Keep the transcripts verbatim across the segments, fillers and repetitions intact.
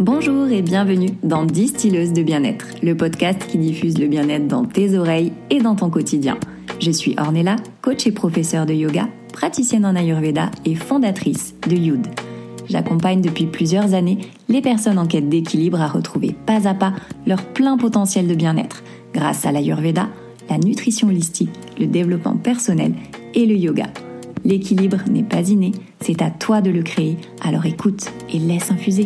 Bonjour et bienvenue dans Distilleuse de bien-être, le podcast qui diffuse le bien-être dans tes oreilles et dans ton quotidien. Je suis Ornella, coach et professeure de yoga, praticienne en Ayurveda et fondatrice de Youd. J'accompagne depuis plusieurs années les personnes en quête d'équilibre à retrouver pas à pas leur plein potentiel de bien-être grâce à l'Ayurveda, la nutrition holistique, le développement personnel et le yoga. L'équilibre n'est pas inné, c'est à toi de le créer, alors écoute et laisse infuser.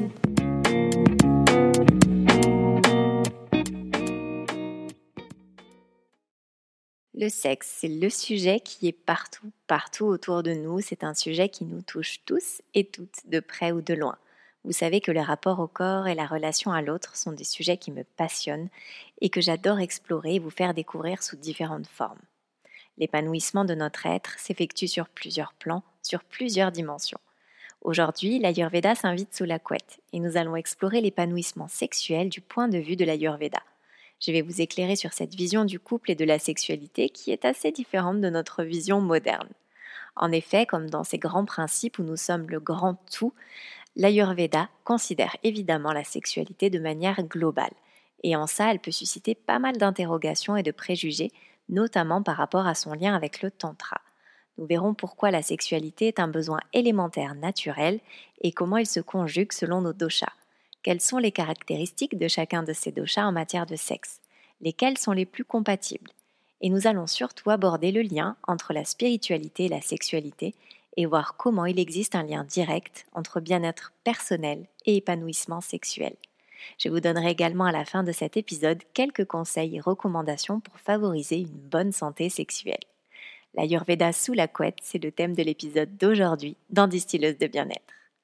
Le sexe, c'est le sujet qui est partout, partout autour de nous. C'est un sujet qui nous touche tous et toutes, de près ou de loin. Vous savez que le rapport au corps et la relation à l'autre sont des sujets qui me passionnent et que j'adore explorer et vous faire découvrir sous différentes formes. L'épanouissement de notre être s'effectue sur plusieurs plans, sur plusieurs dimensions. Aujourd'hui, l'Ayurveda s'invite sous la couette et nous allons explorer l'épanouissement sexuel du point de vue de l'Ayurveda. Je vais vous éclairer sur cette vision du couple et de la sexualité qui est assez différente de notre vision moderne. En effet, comme dans ces grands principes où nous sommes le grand tout, l'Ayurveda considère évidemment la sexualité de manière globale. Et en ça, elle peut susciter pas mal d'interrogations et de préjugés, notamment par rapport à son lien avec le tantra. Nous verrons pourquoi la sexualité est un besoin élémentaire naturel et comment il se conjugue selon nos doshas. Quelles sont les caractéristiques de chacun de ces doshas en matière de sexe? Lesquelles sont les plus compatibles? Et nous allons surtout aborder le lien entre la spiritualité et la sexualité et voir comment il existe un lien direct entre bien-être personnel et épanouissement sexuel. Je vous donnerai également à la fin de cet épisode quelques conseils et recommandations pour favoriser une bonne santé sexuelle. L'Ayurveda sous la couette, c'est le thème de l'épisode d'aujourd'hui dans Distilleuse de bien-être.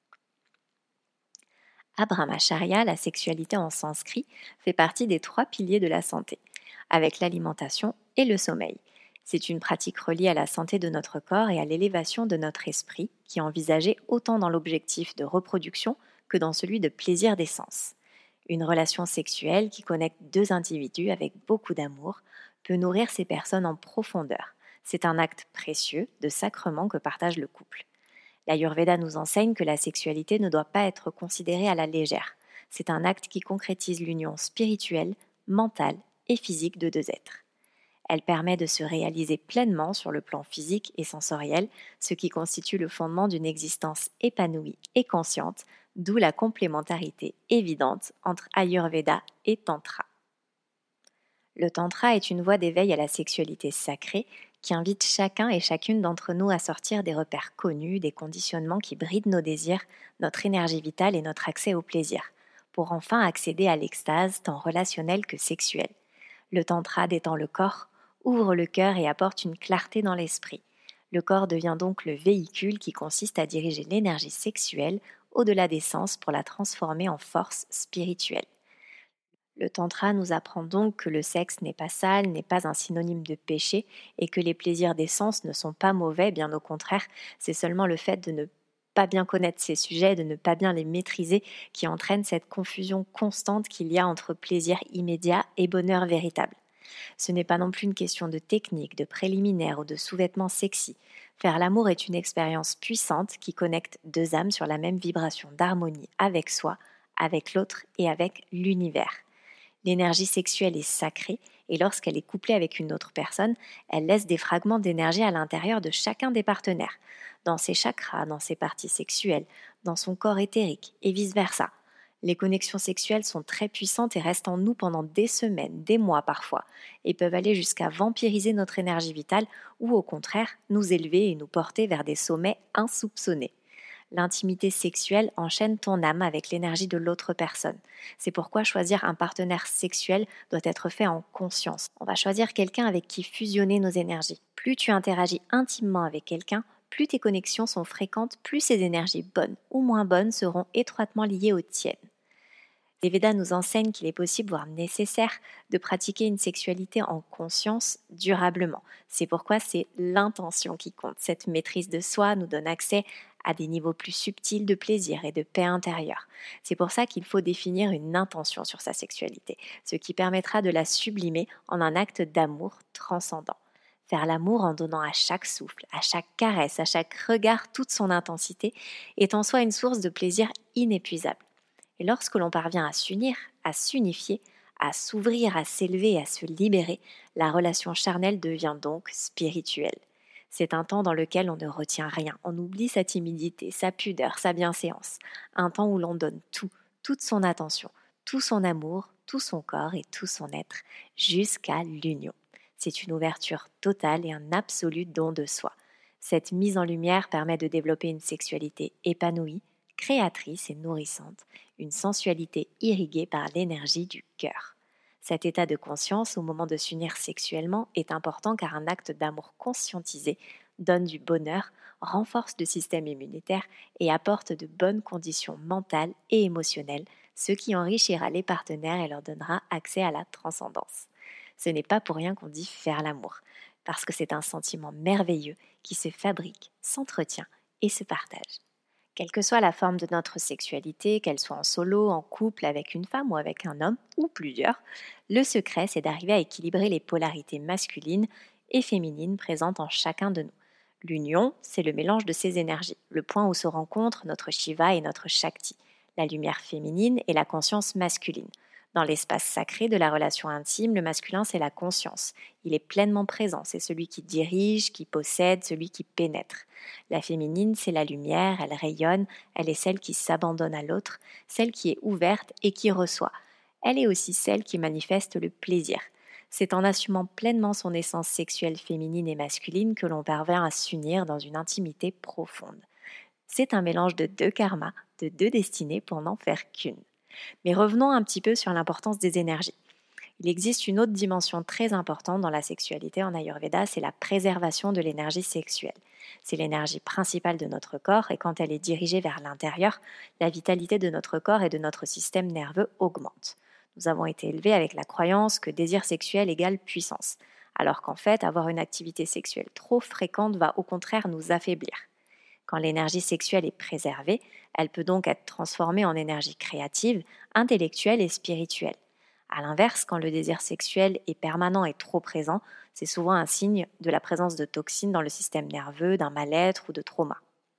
À Brahmacharya, la sexualité en sanskrit fait partie des trois piliers de la santé, avec l'alimentation et le sommeil. C'est une pratique reliée à la santé de notre corps et à l'élévation de notre esprit, qui est envisagée autant dans l'objectif de reproduction que dans celui de plaisir des sens. Une relation sexuelle qui connecte deux individus avec beaucoup d'amour peut nourrir ces personnes en profondeur. C'est un acte précieux de sacrement que partage le couple. L'Ayurveda nous enseigne que la sexualité ne doit pas être considérée à la légère. C'est un acte qui concrétise l'union spirituelle, mentale et physique de deux êtres. Elle permet de se réaliser pleinement sur le plan physique et sensoriel, ce qui constitue le fondement d'une existence épanouie et consciente, d'où la complémentarité évidente entre Ayurveda et Tantra. Le Tantra est une voie d'éveil à la sexualité sacrée qui invite chacun et chacune d'entre nous à sortir des repères connus, des conditionnements qui brident nos désirs, notre énergie vitale et notre accès au plaisir, pour enfin accéder à l'extase tant relationnelle que sexuelle. Le Tantra détend le corps, ouvre le cœur et apporte une clarté dans l'esprit. Le corps devient donc le véhicule qui consiste à diriger l'énergie sexuelle au-delà des sens pour la transformer en force spirituelle. Le tantra nous apprend donc que le sexe n'est pas sale, n'est pas un synonyme de péché et que les plaisirs des sens ne sont pas mauvais, bien au contraire, c'est seulement le fait de ne pas bien connaître ces sujets, de ne pas bien les maîtriser qui entraîne cette confusion constante qu'il y a entre plaisir immédiat et bonheur véritable. Ce n'est pas non plus une question de technique, de préliminaire ou de sous-vêtements sexy. Faire l'amour est une expérience puissante qui connecte deux âmes sur la même vibration d'harmonie avec soi, avec l'autre et avec l'univers. L'énergie sexuelle est sacrée et lorsqu'elle est couplée avec une autre personne, elle laisse des fragments d'énergie à l'intérieur de chacun des partenaires, dans ses chakras, dans ses parties sexuelles, dans son corps éthérique et vice-versa. Les connexions sexuelles sont très puissantes et restent en nous pendant des semaines, des mois parfois, et peuvent aller jusqu'à vampiriser notre énergie vitale ou au contraire nous élever et nous porter vers des sommets insoupçonnés. L'intimité sexuelle enchaîne ton âme avec l'énergie de l'autre personne. C'est pourquoi choisir un partenaire sexuel doit être fait en conscience. On va choisir quelqu'un avec qui fusionner nos énergies. Plus tu interagis intimement avec quelqu'un, plus tes connexions sont fréquentes, plus ces énergies bonnes ou moins bonnes seront étroitement liées aux tiennes. Les Védas nous enseignent qu'il est possible, voire nécessaire, de pratiquer une sexualité en conscience durablement. C'est pourquoi c'est l'intention qui compte. Cette maîtrise de soi nous donne accès à des niveaux plus subtils de plaisir et de paix intérieure. C'est pour ça qu'il faut définir une intention sur sa sexualité, ce qui permettra de la sublimer en un acte d'amour transcendant. Faire l'amour en donnant à chaque souffle, à chaque caresse, à chaque regard toute son intensité est en soi une source de plaisir inépuisable. Et lorsque l'on parvient à s'unir, à s'unifier, à s'ouvrir, à s'élever, à se libérer, la relation charnelle devient donc spirituelle. C'est un temps dans lequel on ne retient rien, on oublie sa timidité, sa pudeur, sa bienséance. Un temps où l'on donne tout, toute son attention, tout son amour, tout son corps et tout son être, jusqu'à l'union. C'est une ouverture totale et un absolu don de soi. Cette mise en lumière permet de développer une sexualité épanouie, créatrice et nourrissante, une sensualité irriguée par l'énergie du cœur. Cet état de conscience au moment de s'unir sexuellement est important car un acte d'amour conscientisé donne du bonheur, renforce le système immunitaire et apporte de bonnes conditions mentales et émotionnelles, ce qui enrichira les partenaires et leur donnera accès à la transcendance. Ce n'est pas pour rien qu'on dit faire l'amour, parce que c'est un sentiment merveilleux qui se fabrique, s'entretient et se partage. Quelle que soit la forme de notre sexualité, qu'elle soit en solo, en couple, avec une femme ou avec un homme, ou plusieurs, le secret, c'est d'arriver à équilibrer les polarités masculines et féminines présentes en chacun de nous. L'union, c'est le mélange de ces énergies, le point où se rencontrent notre Shiva et notre Shakti, la lumière féminine et la conscience masculine. Dans l'espace sacré de la relation intime, le masculin, c'est la conscience. Il est pleinement présent, c'est celui qui dirige, qui possède, celui qui pénètre. La féminine, c'est la lumière, elle rayonne, elle est celle qui s'abandonne à l'autre, celle qui est ouverte et qui reçoit. Elle est aussi celle qui manifeste le plaisir. C'est en assumant pleinement son essence sexuelle féminine et masculine que l'on parvient à s'unir dans une intimité profonde. C'est un mélange de deux karmas, de deux destinées pour n'en faire qu'une. Mais revenons un petit peu sur l'importance des énergies. Il existe une autre dimension très importante dans la sexualité en Ayurveda, c'est la préservation de l'énergie sexuelle. C'est l'énergie principale de notre corps et quand elle est dirigée vers l'intérieur, la vitalité de notre corps et de notre système nerveux augmente. Nous avons été élevés avec la croyance que désir sexuel égale puissance, alors qu'en fait, avoir une activité sexuelle trop fréquente va au contraire nous affaiblir. Quand l'énergie sexuelle est préservée, elle peut donc être transformée en énergie créative, intellectuelle et spirituelle. A l'inverse, quand le désir sexuel est permanent et trop présent, c'est souvent un signe de la présence de toxines dans le système nerveux, d'un mal-être ou de trauma.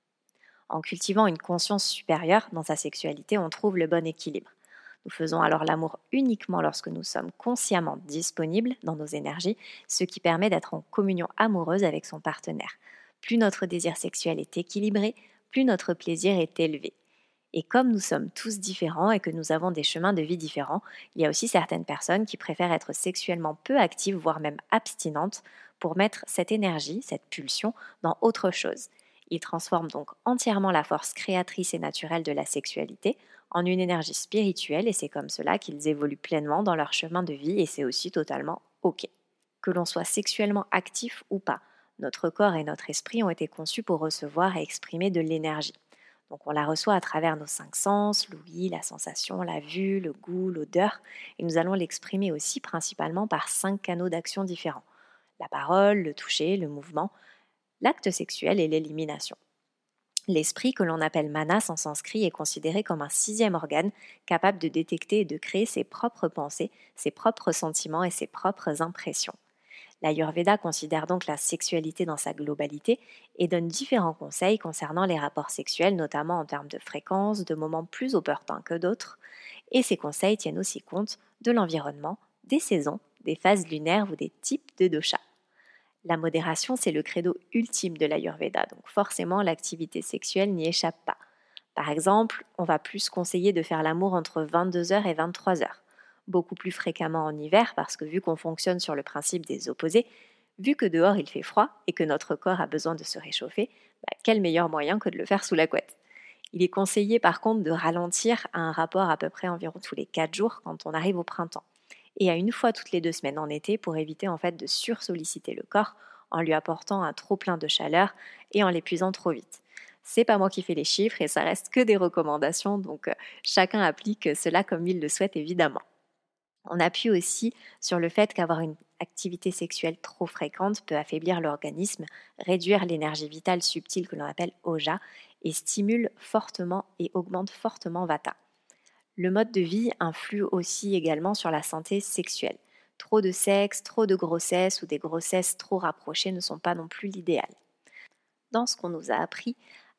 En cultivant une conscience supérieure dans sa sexualité, on trouve le bon équilibre. Nous faisons alors l'amour uniquement lorsque nous sommes consciemment disponibles dans nos énergies, ce qui permet d'être en communion amoureuse avec son partenaire. Plus notre désir sexuel est équilibré, plus notre plaisir est élevé. Et comme nous sommes tous différents et que nous avons des chemins de vie différents, il y a aussi certaines personnes qui préfèrent être sexuellement peu actives, voire même abstinentes, pour mettre cette énergie, cette pulsion, dans autre chose. Ils transforment donc entièrement la force créatrice et naturelle de la sexualité en une énergie spirituelle et c'est comme cela qu'ils évoluent pleinement dans leur chemin de vie et c'est aussi totalement OK. Que l'on soit sexuellement actif ou pas, notre corps et notre esprit ont été conçus pour recevoir et exprimer de l'énergie. Donc on la reçoit à travers nos cinq sens, l'ouïe, la sensation, la vue, le goût, l'odeur, et nous allons l'exprimer aussi principalement par cinq canaux d'action différents. La parole, le toucher, le mouvement, l'acte sexuel et l'élimination. L'esprit, que l'on appelle manas en sanskrit, est considéré comme un sixième organe capable de détecter et de créer ses propres pensées, ses propres sentiments et ses propres impressions. L'Ayurveda considère donc la sexualité dans sa globalité et donne différents conseils concernant les rapports sexuels, notamment en termes de fréquence, de moments plus opportuns que d'autres, et ces conseils tiennent aussi compte de l'environnement, des saisons, des phases lunaires ou des types de dosha. La modération, c'est le credo ultime de l'Ayurveda, donc forcément l'activité sexuelle n'y échappe pas. Par exemple, on va plus conseiller de faire l'amour entre vingt-deux heures et vingt-trois heures. Beaucoup plus fréquemment en hiver parce que vu qu'on fonctionne sur le principe des opposés, vu que dehors il fait froid et que notre corps a besoin de se réchauffer, bah, quel meilleur moyen que de le faire sous la couette. Il est conseillé par contre de ralentir à un rapport à peu près environ tous les quatre jours quand on arrive au printemps et à une fois toutes les deux semaines en été pour éviter en fait de sursolliciter le corps en lui apportant un trop plein de chaleur et en l'épuisant trop vite. C'est pas moi qui fais les chiffres et ça reste que des recommandations, donc euh, chacun applique cela comme il le souhaite évidemment. On appuie aussi sur le fait qu'avoir une activité sexuelle trop fréquente peut affaiblir l'organisme, réduire l'énergie vitale subtile que l'on appelle oja et stimule fortement et augmente fortement vata. Le mode de vie influe aussi également sur la santé sexuelle. Trop de sexe, trop de grossesse ou des grossesses trop rapprochées ne sont pas non plus l'idéal. Dans ce qu'on nous a appris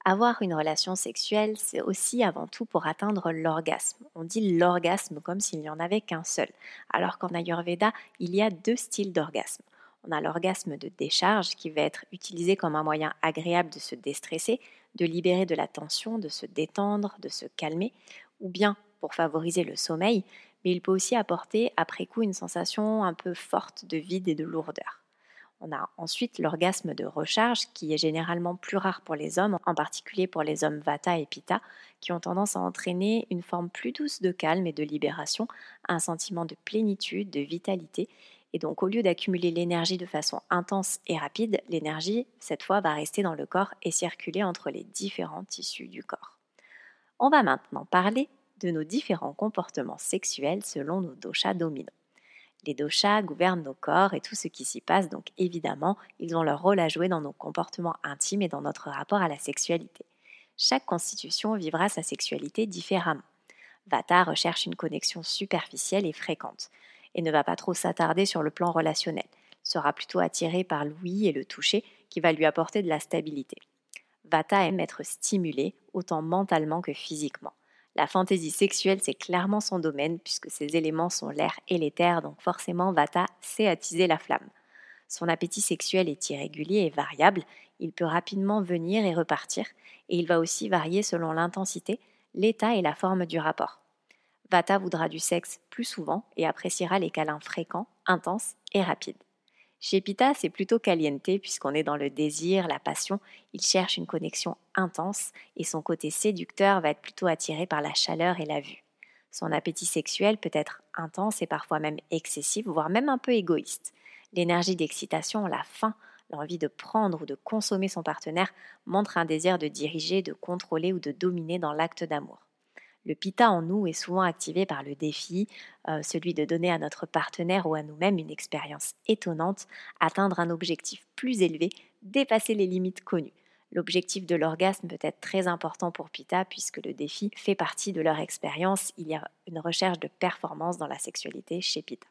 Avoir une relation sexuelle, c'est aussi avant tout pour atteindre l'orgasme. On dit l'orgasme comme s'il n'y en avait qu'un seul, alors qu'en Ayurveda, il y a deux styles d'orgasme. On a l'orgasme de décharge qui va être utilisé comme un moyen agréable de se déstresser, de libérer de la tension, de se détendre, de se calmer, ou bien pour favoriser le sommeil, mais il peut aussi apporter après coup une sensation un peu forte de vide et de lourdeur. On a ensuite l'orgasme de recharge qui est généralement plus rare pour les hommes, en particulier pour les hommes Vata et Pitta, qui ont tendance à entraîner une forme plus douce de calme et de libération, un sentiment de plénitude, de vitalité. Et donc au lieu d'accumuler l'énergie de façon intense et rapide, l'énergie, cette fois, va rester dans le corps et circuler entre les différents tissus du corps. On va maintenant parler de nos différents comportements sexuels selon nos doshas dominants. Les doshas gouvernent nos corps et tout ce qui s'y passe, donc évidemment, ils ont leur rôle à jouer dans nos comportements intimes et dans notre rapport à la sexualité. Chaque constitution vivra sa sexualité différemment. Vata recherche une connexion superficielle et fréquente et ne va pas trop s'attarder sur le plan relationnel. Il sera plutôt attiré par l'ouïe et le toucher qui va lui apporter de la stabilité. Vata aime être stimulé autant mentalement que physiquement. La fantaisie sexuelle, c'est clairement son domaine puisque ses éléments sont l'air et l'éther, donc forcément Vata sait attiser la flamme. Son appétit sexuel est irrégulier et variable, il peut rapidement venir et repartir, et il va aussi varier selon l'intensité, l'état et la forme du rapport. Vata voudra du sexe plus souvent et appréciera les câlins fréquents, intenses et rapides. Chez Pitta, c'est plutôt caliente puisqu'on est dans le désir, la passion, il cherche une connexion intense et son côté séducteur va être plutôt attiré par la chaleur et la vue. Son appétit sexuel peut être intense et parfois même excessif, voire même un peu égoïste. L'énergie d'excitation, la faim, l'envie de prendre ou de consommer son partenaire montre un désir de diriger, de contrôler ou de dominer dans l'acte d'amour. Le pitta en nous est souvent activé par le défi, euh, celui de donner à notre partenaire ou à nous-mêmes une expérience étonnante, atteindre un objectif plus élevé, dépasser les limites connues. L'objectif de l'orgasme peut être très important pour Pitta puisque le défi fait partie de leur expérience. Il y a une recherche de performance dans la sexualité chez Pitta.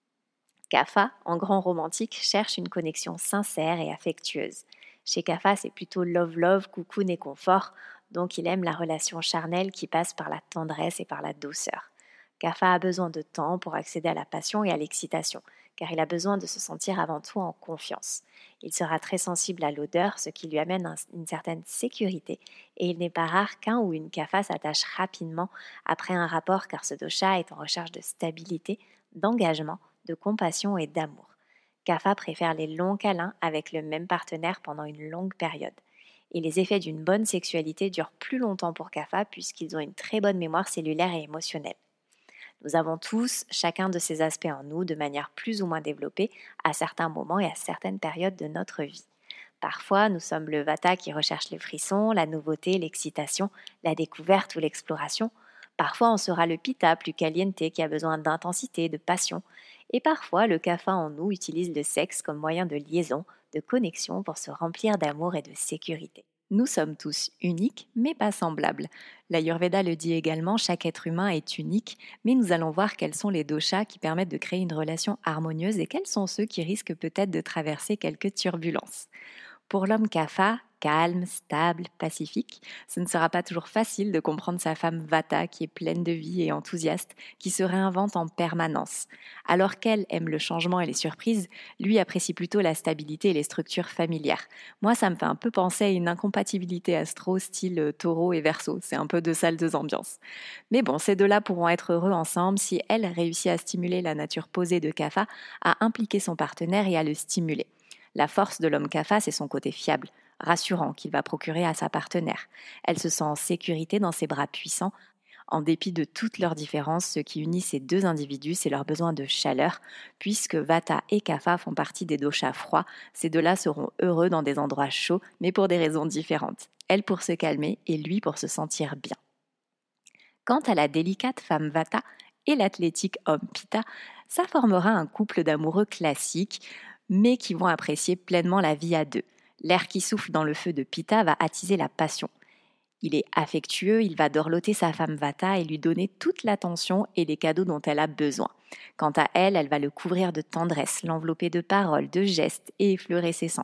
Kapha, en grand romantique, cherche une connexion sincère et affectueuse. Chez Kapha, c'est plutôt love-love, cocoon et confort, donc il aime la relation charnelle qui passe par la tendresse et par la douceur. Kapha a besoin de temps pour accéder à la passion et à l'excitation, car il a besoin de se sentir avant tout en confiance. Il sera très sensible à l'odeur, ce qui lui amène un, une certaine sécurité, et il n'est pas rare qu'un ou une Kapha s'attache rapidement après un rapport, car ce dosha est en recherche de stabilité, d'engagement, de compassion et d'amour. Kapha préfère les longs câlins avec le même partenaire pendant une longue période. Et les effets d'une bonne sexualité durent plus longtemps pour Kapha puisqu'ils ont une très bonne mémoire cellulaire et émotionnelle. Nous avons tous chacun de ces aspects en nous de manière plus ou moins développée à certains moments et à certaines périodes de notre vie. Parfois, nous sommes le Vata qui recherche les frissons, la nouveauté, l'excitation, la découverte ou l'exploration. Parfois, on sera le Pitta plus caliente qui a besoin d'intensité, de passion. Et parfois, le Kapha en nous utilise le sexe comme moyen de liaison, de connexion pour se remplir d'amour et de sécurité. Nous sommes tous uniques, mais pas semblables. L'Ayurveda le dit également, chaque être humain est unique, mais nous allons voir quels sont les doshas qui permettent de créer une relation harmonieuse et quels sont ceux qui risquent peut-être de traverser quelques turbulences. Pour l'homme Kapha, calme, stable, pacifique, ce ne sera pas toujours facile de comprendre sa femme Vata qui est pleine de vie et enthousiaste, qui se réinvente en permanence. Alors qu'elle aime le changement et les surprises, lui apprécie plutôt la stabilité et les structures familières. Moi, ça me fait un peu penser à une incompatibilité astro style taureau et verseau. C'est un peu deux salles, deux ambiances. Mais bon, ces deux-là pourront être heureux ensemble si elle réussit à stimuler la nature posée de Kapha, à impliquer son partenaire et à le stimuler. La force de l'homme Kapha, c'est son côté fiable, rassurant qu'il va procurer à sa partenaire. Elle se sent en sécurité dans ses bras puissants. En dépit de toutes leurs différences, ce qui unit ces deux individus, c'est leur besoin de chaleur, puisque Vata et Kapha font partie des doshas froids. Ces deux-là seront heureux dans des endroits chauds, mais pour des raisons différentes. Elle pour se calmer et lui pour se sentir bien. Quant à la délicate femme Vata et l'athlétique homme Pitta, ça formera un couple d'amoureux classique, mais qui vont apprécier pleinement la vie à deux. L'air qui souffle dans le feu de Pitta va attiser la passion. Il est affectueux, il va dorloter sa femme Vata et lui donner toute l'attention et les cadeaux dont elle a besoin. Quant à elle, elle va le couvrir de tendresse, l'envelopper de paroles, de gestes et effleurer ses sens.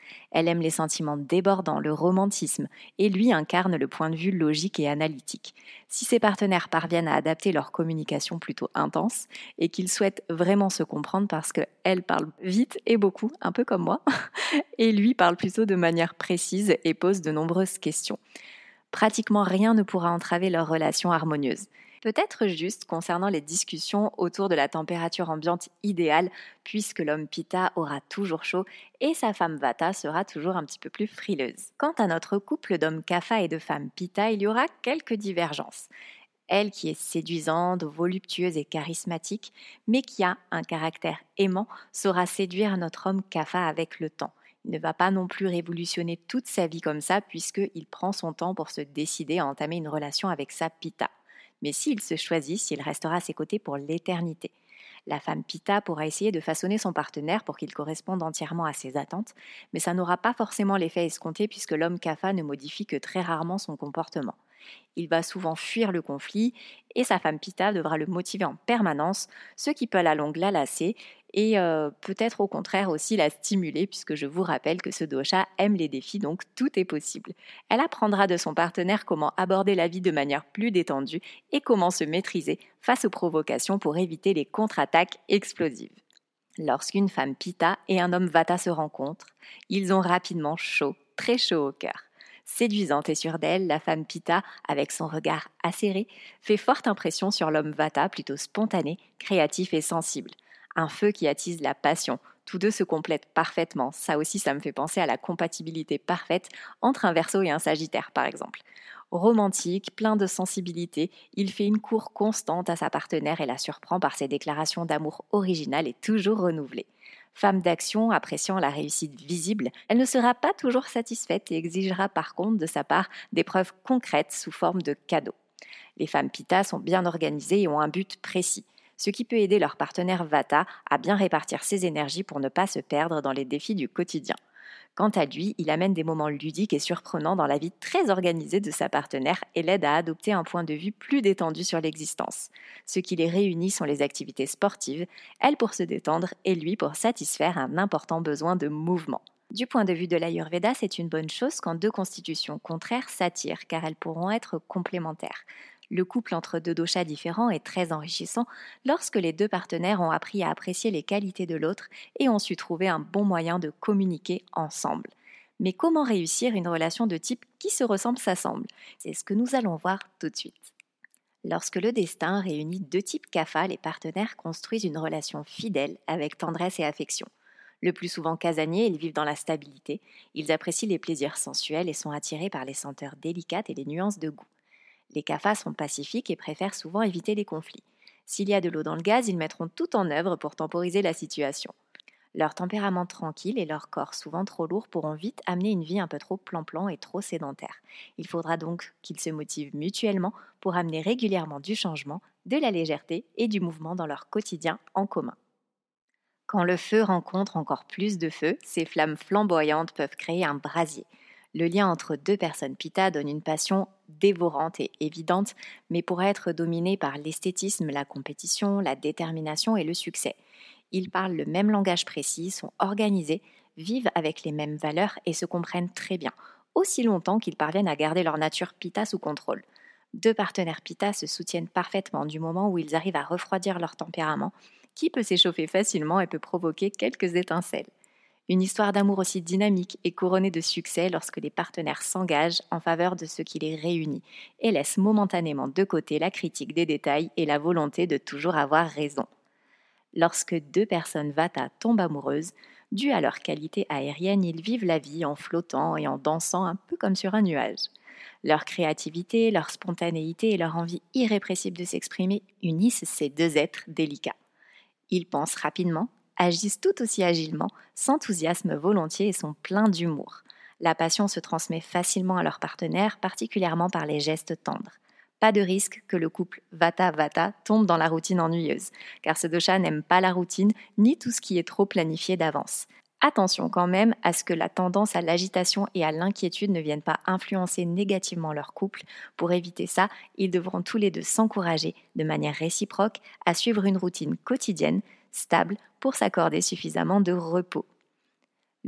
Elle aime les sentiments débordants, le romantisme, et lui incarne le point de vue logique et analytique. Si ses partenaires parviennent à adapter leur communication plutôt intense et qu'ils souhaitent vraiment se comprendre parce qu'elle parle vite et beaucoup, un peu comme moi, et lui parle plutôt de manière précise et pose de nombreuses questions. Pratiquement rien ne pourra entraver leur relation harmonieuse. Peut-être juste concernant les discussions autour de la température ambiante idéale, puisque l'homme Pitta aura toujours chaud et sa femme Vata sera toujours un petit peu plus frileuse. Quant à notre couple d'hommes Kapha et de femmes Pitta, il y aura quelques divergences. Elle qui est séduisante, voluptueuse et charismatique, mais qui a un caractère aimant, saura séduire notre homme Kapha avec le temps. Il ne va pas non plus révolutionner toute sa vie comme ça, puisqu'il prend son temps pour se décider à entamer une relation avec sa Pitta. Mais s'il se choisit, il restera à ses côtés pour l'éternité. La femme Pitta pourra essayer de façonner son partenaire pour qu'il corresponde entièrement à ses attentes, mais ça n'aura pas forcément l'effet escompté puisque l'homme Kapha ne modifie que très rarement son comportement. Il va souvent fuir le conflit et sa femme Pitta devra le motiver en permanence, ce qui peut à la longue la lasser et euh, peut-être au contraire aussi la stimuler puisque je vous rappelle que ce dosha aime les défis, donc tout est possible. Elle apprendra de son partenaire comment aborder la vie de manière plus détendue et comment se maîtriser face aux provocations pour éviter les contre-attaques explosives. Lorsqu'une femme Pitta et un homme Vata se rencontrent, ils ont rapidement chaud, très chaud au cœur. Séduisante et sûre d'elle, la femme Pitta, avec son regard acéré, fait forte impression sur l'homme Vata, plutôt spontané, créatif et sensible. Un feu qui attise la passion. Tous deux se complètent parfaitement. Ça aussi, ça me fait penser à la compatibilité parfaite entre un Verseau et un Sagittaire, par exemple. Romantique, plein de sensibilité, il fait une cour constante à sa partenaire et la surprend par ses déclarations d'amour originales et toujours renouvelées. Femme d'action, appréciant la réussite visible, elle ne sera pas toujours satisfaite et exigera par contre de sa part des preuves concrètes sous forme de cadeaux. Les femmes Pitta sont bien organisées et ont un but précis, ce qui peut aider leur partenaire Vata à bien répartir ses énergies pour ne pas se perdre dans les défis du quotidien. Quant à lui, il amène des moments ludiques et surprenants dans la vie très organisée de sa partenaire et l'aide à adopter un point de vue plus détendu sur l'existence. Ce qui les réunit sont les activités sportives, elle pour se détendre et lui pour satisfaire un important besoin de mouvement. Du point de vue de l'Ayurveda, c'est une bonne chose quand deux constitutions contraires s'attirent car elles pourront être complémentaires. Le couple entre deux doshas différents est très enrichissant lorsque les deux partenaires ont appris à apprécier les qualités de l'autre et ont su trouver un bon moyen de communiquer ensemble. Mais comment réussir une relation de type qui se ressemble s'assemble? C'est ce que nous allons voir tout de suite. Lorsque le destin réunit deux types Kapha, les partenaires construisent une relation fidèle avec tendresse et affection. Le plus souvent casaniers, ils vivent dans la stabilité, ils apprécient les plaisirs sensuels et sont attirés par les senteurs délicates et les nuances de goût. Les Kaphas sont pacifiques et préfèrent souvent éviter les conflits. S'il y a de l'eau dans le gaz, ils mettront tout en œuvre pour temporiser la situation. Leur tempérament tranquille et leur corps souvent trop lourd pourront vite amener une vie un peu trop plan-plan et trop sédentaire. Il faudra donc qu'ils se motivent mutuellement pour amener régulièrement du changement, de la légèreté et du mouvement dans leur quotidien en commun. Quand le feu rencontre encore plus de feu, ces flammes flamboyantes peuvent créer un brasier. Le lien entre deux personnes Pitta donne une passion dévorante et évidente, mais pourrait être dominée par l'esthétisme, la compétition, la détermination et le succès. Ils parlent le même langage précis, sont organisés, vivent avec les mêmes valeurs et se comprennent très bien, aussi longtemps qu'ils parviennent à garder leur nature Pitta sous contrôle. Deux partenaires Pitta se soutiennent parfaitement du moment où ils arrivent à refroidir leur tempérament, qui peut s'échauffer facilement et peut provoquer quelques étincelles. Une histoire d'amour aussi dynamique est couronnée de succès lorsque les partenaires s'engagent en faveur de ce qui les réunit et laissent momentanément de côté la critique des détails et la volonté de toujours avoir raison. Lorsque deux personnes Vata tombent amoureuses, dû à leur qualité aérienne, ils vivent la vie en flottant et en dansant un peu comme sur un nuage. Leur créativité, leur spontanéité et leur envie irrépressible de s'exprimer unissent ces deux êtres délicats. Ils pensent rapidement, agissent tout aussi agilement, s'enthousiasment volontiers et sont pleins d'humour. La passion se transmet facilement à leur partenaire, particulièrement par les gestes tendres. Pas de risque que le couple Vata-Vata tombe dans la routine ennuyeuse, car ce dosha n'aime pas la routine ni tout ce qui est trop planifié d'avance. Attention quand même à ce que la tendance à l'agitation et à l'inquiétude ne vienne pas influencer négativement leur couple. Pour éviter ça, ils devront tous les deux s'encourager de manière réciproque à suivre une routine quotidienne, stable, pour s'accorder suffisamment de repos.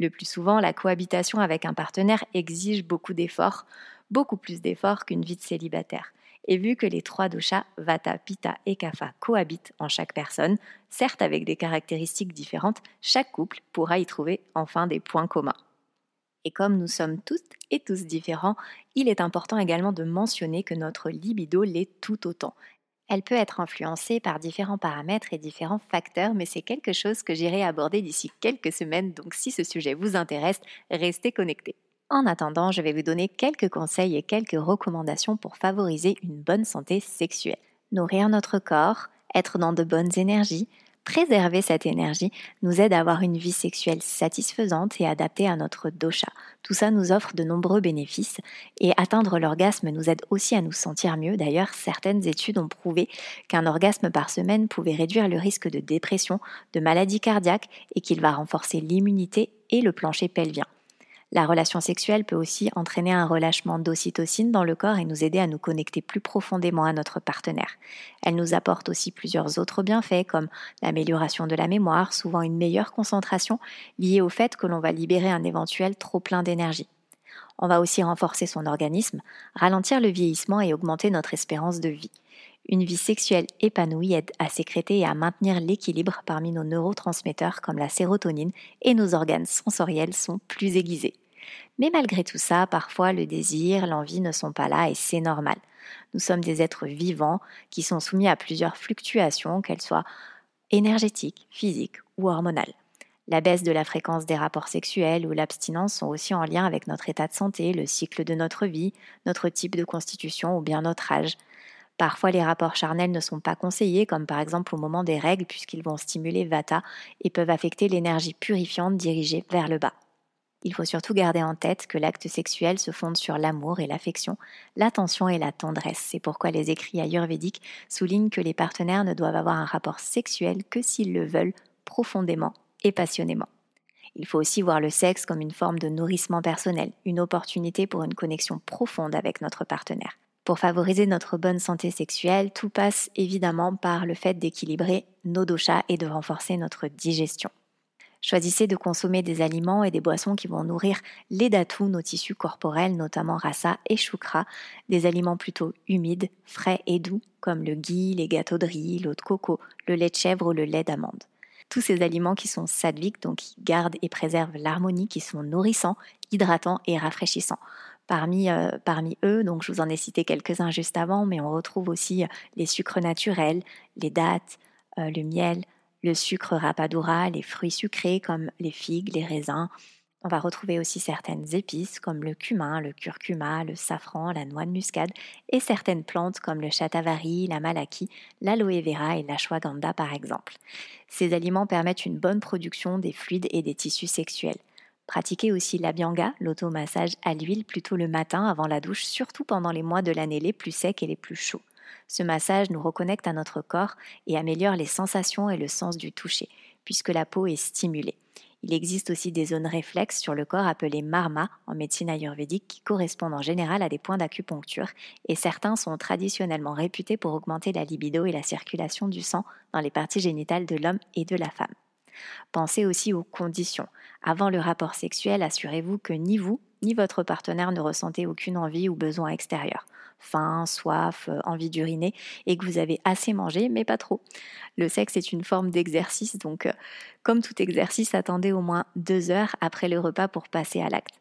Le plus souvent, la cohabitation avec un partenaire exige beaucoup d'efforts, beaucoup plus d'efforts qu'une vie de célibataire. Et vu que les trois doshas, Vata, Pitta et Kapha, cohabitent en chaque personne, certes avec des caractéristiques différentes, chaque couple pourra y trouver enfin des points communs. Et comme nous sommes toutes et tous différents, il est important également de mentionner que notre libido l'est tout autant. Elle peut être influencée par différents paramètres et différents facteurs, mais c'est quelque chose que j'irai aborder d'ici quelques semaines, donc si ce sujet vous intéresse, restez connectés. En attendant, je vais vous donner quelques conseils et quelques recommandations pour favoriser une bonne santé sexuelle. Nourrir notre corps, être dans de bonnes énergies, préserver cette énergie nous aide à avoir une vie sexuelle satisfaisante et adaptée à notre dosha. Tout ça nous offre de nombreux bénéfices et atteindre l'orgasme nous aide aussi à nous sentir mieux. D'ailleurs, certaines études ont prouvé qu'un orgasme par semaine pouvait réduire le risque de dépression, de maladie cardiaque et qu'il va renforcer l'immunité et le plancher pelvien. La relation sexuelle peut aussi entraîner un relâchement d'ocytocine dans le corps et nous aider à nous connecter plus profondément à notre partenaire. Elle nous apporte aussi plusieurs autres bienfaits comme l'amélioration de la mémoire, souvent une meilleure concentration liée au fait que l'on va libérer un éventuel trop-plein d'énergie. On va aussi renforcer son organisme, ralentir le vieillissement et augmenter notre espérance de vie. Une vie sexuelle épanouie aide à sécréter et à maintenir l'équilibre parmi nos neurotransmetteurs comme la sérotonine et nos organes sensoriels sont plus aiguisés. Mais malgré tout ça, parfois le désir, l'envie ne sont pas là et c'est normal. Nous sommes des êtres vivants qui sont soumis à plusieurs fluctuations, qu'elles soient énergétiques, physiques ou hormonales. La baisse de la fréquence des rapports sexuels ou l'abstinence sont aussi en lien avec notre état de santé, le cycle de notre vie, notre type de constitution ou bien notre âge. Parfois, les rapports charnels ne sont pas conseillés, comme par exemple au moment des règles, puisqu'ils vont stimuler Vata et peuvent affecter l'énergie purifiante dirigée vers le bas. Il faut surtout garder en tête que l'acte sexuel se fonde sur l'amour et l'affection, l'attention et la tendresse. C'est pourquoi les écrits ayurvédiques soulignent que les partenaires ne doivent avoir un rapport sexuel que s'ils le veulent profondément et passionnément. Il faut aussi voir le sexe comme une forme de nourrissement personnel, une opportunité pour une connexion profonde avec notre partenaire. Pour favoriser notre bonne santé sexuelle, tout passe évidemment par le fait d'équilibrer nos doshas et de renforcer notre digestion. Choisissez de consommer des aliments et des boissons qui vont nourrir les dhatus, nos tissus corporels, notamment rasa et shukra, des aliments plutôt humides, frais et doux, comme le ghee, les gâteaux de riz, l'eau de coco, le lait de chèvre ou le lait d'amande. Tous ces aliments qui sont sattviques, donc qui gardent et préservent l'harmonie, qui sont nourrissants, hydratants et rafraîchissants. Parmi, euh, parmi eux, donc je vous en ai cité quelques-uns juste avant, mais on retrouve aussi les sucres naturels, les dattes, euh, le miel, le sucre rapadura, les fruits sucrés comme les figues, les raisins. On va retrouver aussi certaines épices comme le cumin, le curcuma, le safran, la noix de muscade et certaines plantes comme le shatavari, la malaki, l'aloe vera et l'ashwagandha par exemple. Ces aliments permettent une bonne production des fluides et des tissus sexuels. Pratiquez aussi l'abhyanga, l'automassage à l'huile plutôt le matin avant la douche, surtout pendant les mois de l'année les plus secs et les plus chauds. Ce massage nous reconnecte à notre corps et améliore les sensations et le sens du toucher, puisque la peau est stimulée. Il existe aussi des zones réflexes sur le corps appelées marma en médecine ayurvédique qui correspondent en général à des points d'acupuncture et certains sont traditionnellement réputés pour augmenter la libido et la circulation du sang dans les parties génitales de l'homme et de la femme. Pensez aussi aux conditions. Avant le rapport sexuel, assurez-vous que ni vous ni votre partenaire ne ressentez aucune envie ou besoin extérieur. Faim, soif, envie d'uriner et que vous avez assez mangé mais pas trop. Le sexe est une forme d'exercice donc euh, comme tout exercice, attendez au moins deux heures après le repas pour passer à l'acte.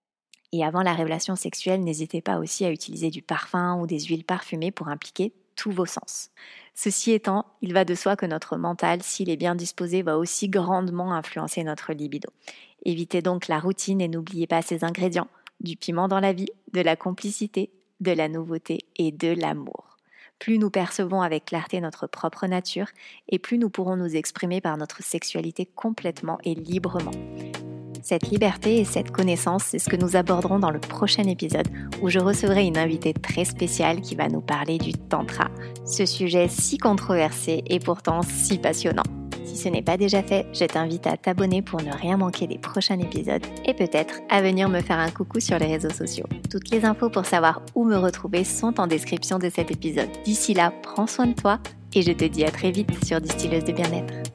Et avant la relation sexuelle, n'hésitez pas aussi à utiliser du parfum ou des huiles parfumées pour impliquer tous vos sens. Ceci étant, il va de soi que notre mental, s'il est bien disposé, va aussi grandement influencer notre libido. Évitez donc la routine et n'oubliez pas ces ingrédients, du piment dans la vie, de la complicité, de la nouveauté et de l'amour. Plus nous percevons avec clarté notre propre nature et plus nous pourrons nous exprimer par notre sexualité complètement et librement. Cette liberté et cette connaissance, c'est ce que nous aborderons dans le prochain épisode où je recevrai une invitée très spéciale qui va nous parler du tantra, ce sujet si controversé et pourtant si passionnant. Si ce n'est pas déjà fait, je t'invite à t'abonner pour ne rien manquer des prochains épisodes et peut-être à venir me faire un coucou sur les réseaux sociaux. Toutes les infos pour savoir où me retrouver sont en description de cet épisode. D'ici là, prends soin de toi et je te dis à très vite sur Distilleuse de bien-être.